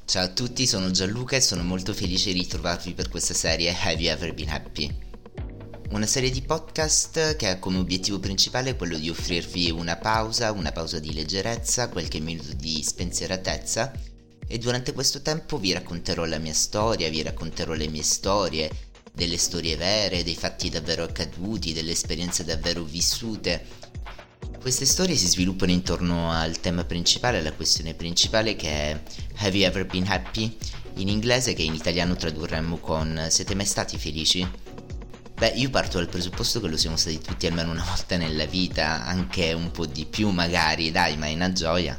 Ciao a tutti, sono Gianluca e sono molto felice di ritrovarvi per questa serie Have You Ever Been Happy? Una serie di podcast che ha come obiettivo principale quello di offrirvi una pausa di leggerezza, qualche minuto di spensieratezza, e durante questo tempo vi racconterò la mia storia, vi racconterò le mie storie, delle storie vere, dei fatti davvero accaduti, delle esperienze davvero vissute. Queste storie si sviluppano intorno al tema principale, alla questione principale, che è Have you ever been happy? In inglese, che in italiano tradurremmo con siete mai stati felici? Beh, io parto dal presupposto che lo siamo stati tutti almeno una volta nella vita, anche un po' di più magari, dai, ma è una gioia.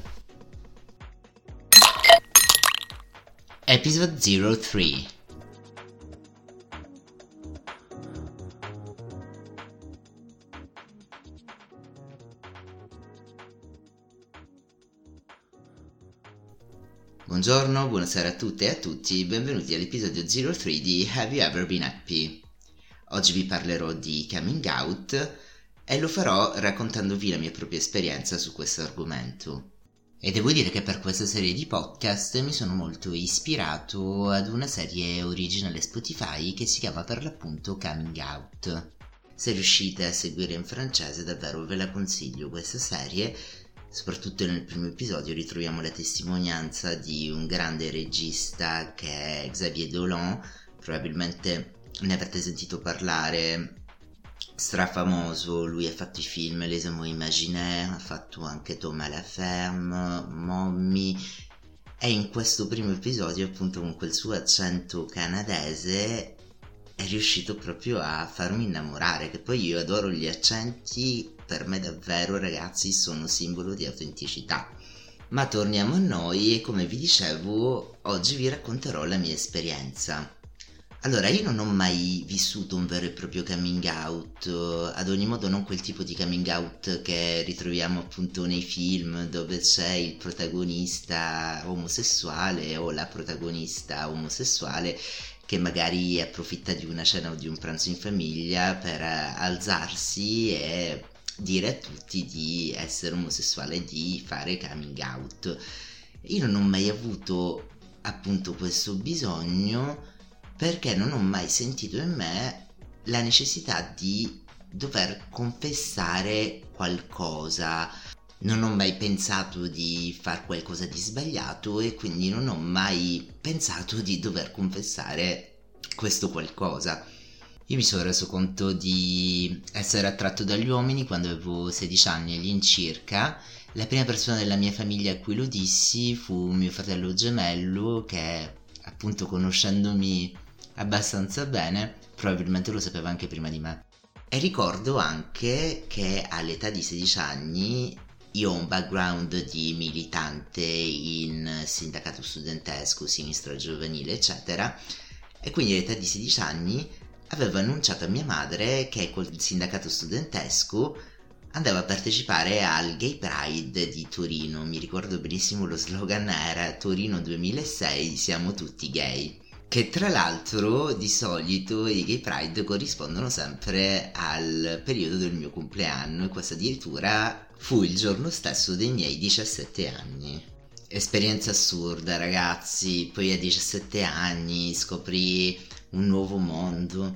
Episode 03. Buongiorno, buonasera a tutte e a tutti, benvenuti all'episodio 03 di Have You Ever Been Happy? Oggi vi parlerò di coming out e lo farò raccontandovi la mia propria esperienza su questo argomento. E devo dire che per questa serie di podcast mi sono molto ispirato ad una serie originale Spotify che si chiama per l'appunto Coming Out. Se riuscite a seguire in francese davvero ve la consiglio questa serie. Soprattutto nel primo episodio ritroviamo la testimonianza di un grande regista che è Xavier Dolan, probabilmente ne avrete sentito parlare, strafamoso. Lui ha fatto i film Les Amours Imaginaires, ha fatto anche Thomas la Ferme, Mommy, e in questo primo episodio, appunto, con quel suo accento canadese è riuscito proprio a farmi innamorare, che poi io adoro gli accenti, per me davvero, ragazzi, sono simbolo di autenticità. Ma torniamo a noi e, come vi dicevo, oggi vi racconterò la mia esperienza. Allora, io non ho mai vissuto un vero e proprio coming out, ad ogni modo non quel tipo di coming out che ritroviamo appunto nei film, dove c'è il protagonista omosessuale o la protagonista omosessuale che magari approfitta di una cena o di un pranzo in famiglia per alzarsi e dire a tutti di essere omosessuale e di fare coming out. Io non ho mai avuto appunto questo bisogno, perché non ho mai sentito in me la necessità di dover confessare qualcosa. Non ho mai pensato di far qualcosa di sbagliato e quindi non ho mai pensato di dover confessare questo qualcosa. Io mi sono reso conto di essere attratto dagli uomini quando avevo 16 anni all'incirca. La prima persona della mia famiglia a cui lo dissi fu mio fratello gemello, che appunto, conoscendomi abbastanza bene, probabilmente lo sapeva anche prima di me. E ricordo anche che all'età di 16 anni io ho un background di militante in sindacato studentesco, sinistra giovanile, eccetera, e quindi all'età di 16 anni avevo annunciato a mia madre che col sindacato studentesco andavo a partecipare al Gay Pride di Torino. Mi ricordo benissimo, lo slogan era Torino 2006, siamo tutti gay. Che tra l'altro di solito i Gay Pride corrispondono sempre al periodo del mio compleanno, e questo addirittura fu il giorno stesso dei miei 17 anni. Esperienza assurda, ragazzi. Poi a 17 anni scopri un nuovo mondo.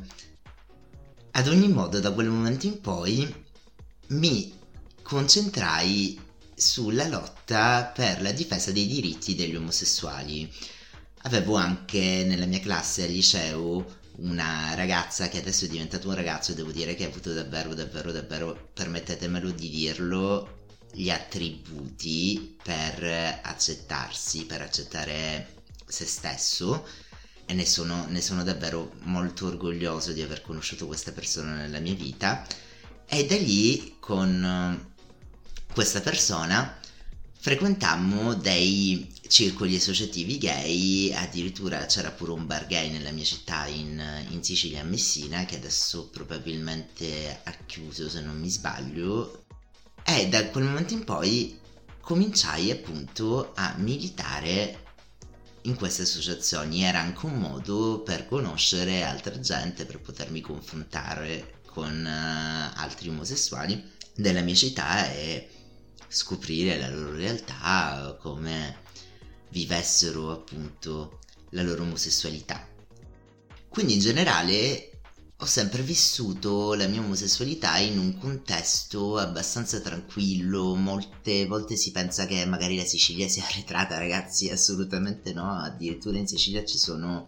Ad ogni modo, da quel momento in poi mi concentrai sulla lotta per la difesa dei diritti degli omosessuali. Avevo anche nella mia classe al liceo una ragazza che adesso è diventato un ragazzo, e devo dire che ha avuto davvero, permettetemelo di dirlo, gli attributi per accettarsi, per accettare se stesso, e ne sono davvero molto orgoglioso di aver conosciuto questa persona nella mia vita. E da lì, con questa persona, frequentammo dei circoli associativi gay. Addirittura c'era pure un bar gay nella mia città in Sicilia, a Messina, che adesso probabilmente ha chiuso se non mi sbaglio. E da quel momento in poi cominciai appunto a militare in queste associazioni. Era anche un modo per conoscere altra gente, per potermi confrontare con altri omosessuali della mia città e scoprire la loro realtà, come vivessero appunto la loro omosessualità. Quindi in generale ho sempre vissuto la mia omosessualità in un contesto abbastanza tranquillo. Molte volte si pensa che magari la Sicilia sia arretrata, ragazzi, assolutamente no. Addirittura in Sicilia ci sono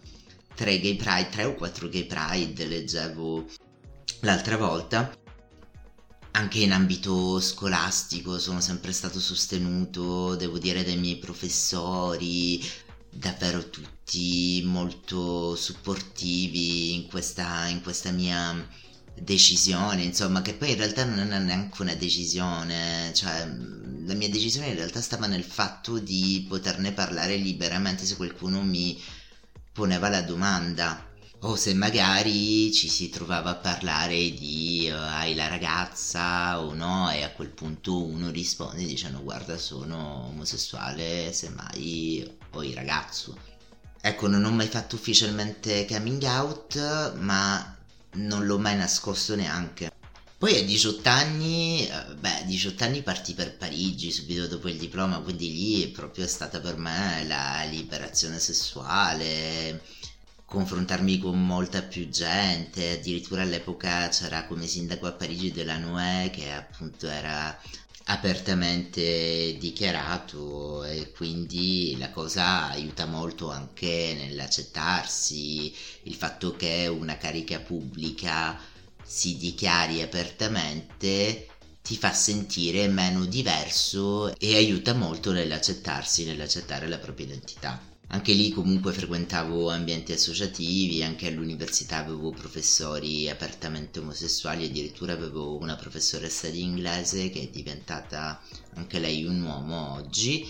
3 o 4 gay pride, leggevo l'altra volta. Anche in ambito scolastico sono sempre stato sostenuto, devo dire, dai miei professori, davvero tutti molto supportivi in questa mia decisione, insomma, che poi in realtà non è neanche una decisione, cioè la mia decisione in realtà stava nel fatto di poterne parlare liberamente se qualcuno mi poneva la domanda. O se magari ci si trovava a parlare di hai la ragazza o no, e a quel punto uno risponde dicendo guarda sono omosessuale, semmai ho il ragazzo. Ecco, non ho mai fatto ufficialmente coming out, ma non l'ho mai nascosto neanche. Poi a 18 anni, 18 anni partì per Parigi subito dopo il diploma, quindi lì proprio è stata per me la liberazione sessuale, confrontarmi con molta più gente. Addirittura all'epoca c'era come sindaco a Parigi Delanoë, che appunto era apertamente dichiarato, e quindi la cosa aiuta molto anche nell'accettarsi. Il fatto che una carica pubblica si dichiari apertamente ti fa sentire meno diverso e aiuta molto nell'accettarsi, nell'accettare la propria identità. Anche lì comunque frequentavo ambienti associativi, anche all'università avevo professori apertamente omosessuali, addirittura avevo una professoressa di inglese che è diventata anche lei un uomo oggi.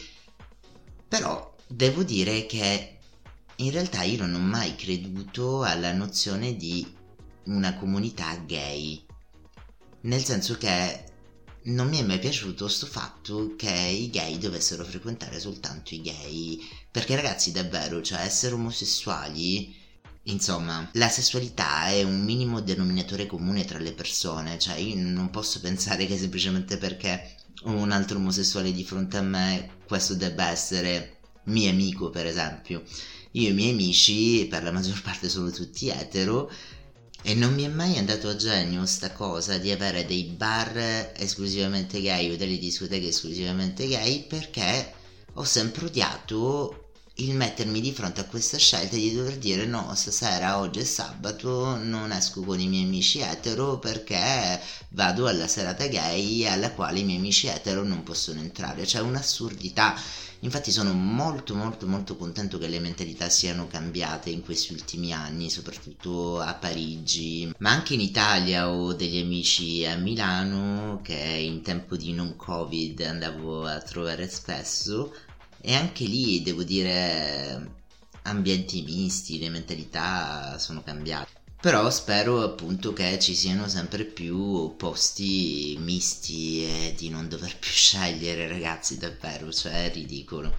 Però devo dire che in realtà io non ho mai creduto alla nozione di una comunità gay, nel senso che non mi è mai piaciuto sto fatto che i gay dovessero frequentare soltanto i gay, perché ragazzi davvero, cioè essere omosessuali, insomma, la sessualità è un minimo denominatore comune tra le persone, cioè io non posso pensare che semplicemente perché ho un altro omosessuale di fronte a me questo debba essere mio amico, per esempio. Io e i miei amici per la maggior parte sono tutti etero, e non mi è mai andato a genio sta cosa di avere dei bar esclusivamente gay o delle discoteche esclusivamente gay, perché ho sempre odiato il mettermi di fronte a questa scelta di dover dire no, stasera, oggi è sabato, non esco con i miei amici etero perché vado alla serata gay alla quale i miei amici etero non possono entrare. Cioè un'assurdità. Infatti sono molto molto molto contento che le mentalità siano cambiate in questi ultimi anni, soprattutto a Parigi, ma anche in Italia. Ho degli amici a Milano che in tempo di non Covid andavo a trovare spesso, e anche lì devo dire ambienti misti, le mentalità sono cambiate. Però spero appunto che ci siano sempre più posti misti e di non dover più scegliere, ragazzi, davvero, cioè è ridicolo.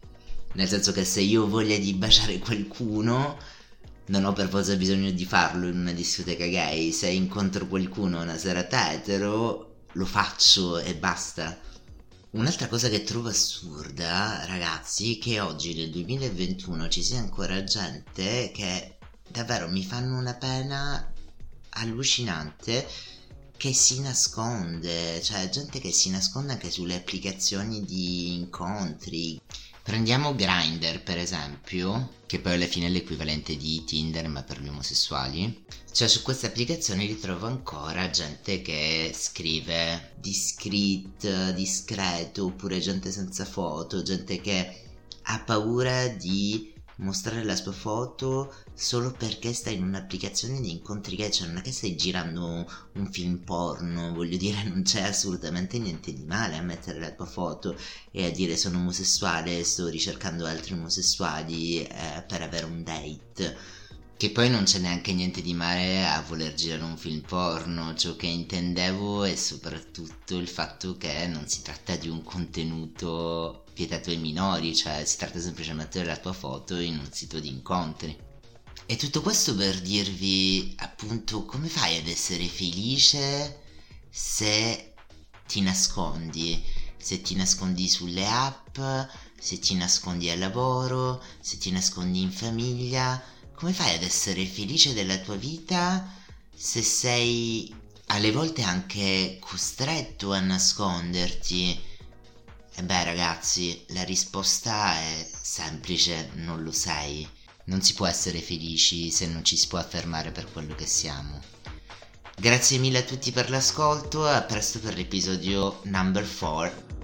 Nel senso che se io ho voglia di baciare qualcuno non ho per forza bisogno di farlo in una discoteca gay. Se incontro qualcuno una serata etero lo faccio e basta. Un'altra cosa che trovo assurda, ragazzi, è che oggi nel 2021 ci sia ancora gente che davvero mi fanno una pena allucinante, che si nasconde, cioè gente che si nasconde anche sulle applicazioni di incontri. Prendiamo Grindr per esempio, che poi alla fine è l'equivalente di Tinder ma per gli omosessuali. Cioè su queste applicazioni ritrovo ancora gente che scrive discreet, discreto, oppure gente senza foto, gente che ha paura di mostrare la sua foto solo perché stai in un'applicazione di incontri gay. Cioè non è che stai girando un film porno, voglio dire, non c'è assolutamente niente di male a mettere la tua foto e a dire sono omosessuale, sto ricercando altri omosessuali per avere un date. Che poi non c'è neanche niente di male a voler girare un film porno. Ciò che intendevo è soprattutto il fatto che non si tratta di un contenuto vietato ai minori, cioè si tratta semplicemente della tua foto in un sito di incontri. E tutto questo per dirvi appunto come fai ad essere felice se ti nascondi, se ti nascondi sulle app, se ti nascondi al lavoro, se ti nascondi in famiglia. Come fai ad essere felice della tua vita se sei alle volte anche costretto a nasconderti? E beh ragazzi, la risposta è semplice: non lo sei. Non si può essere felici se non ci si può affermare per quello che siamo. Grazie mille a tutti per l'ascolto, a presto per l'episodio number 4.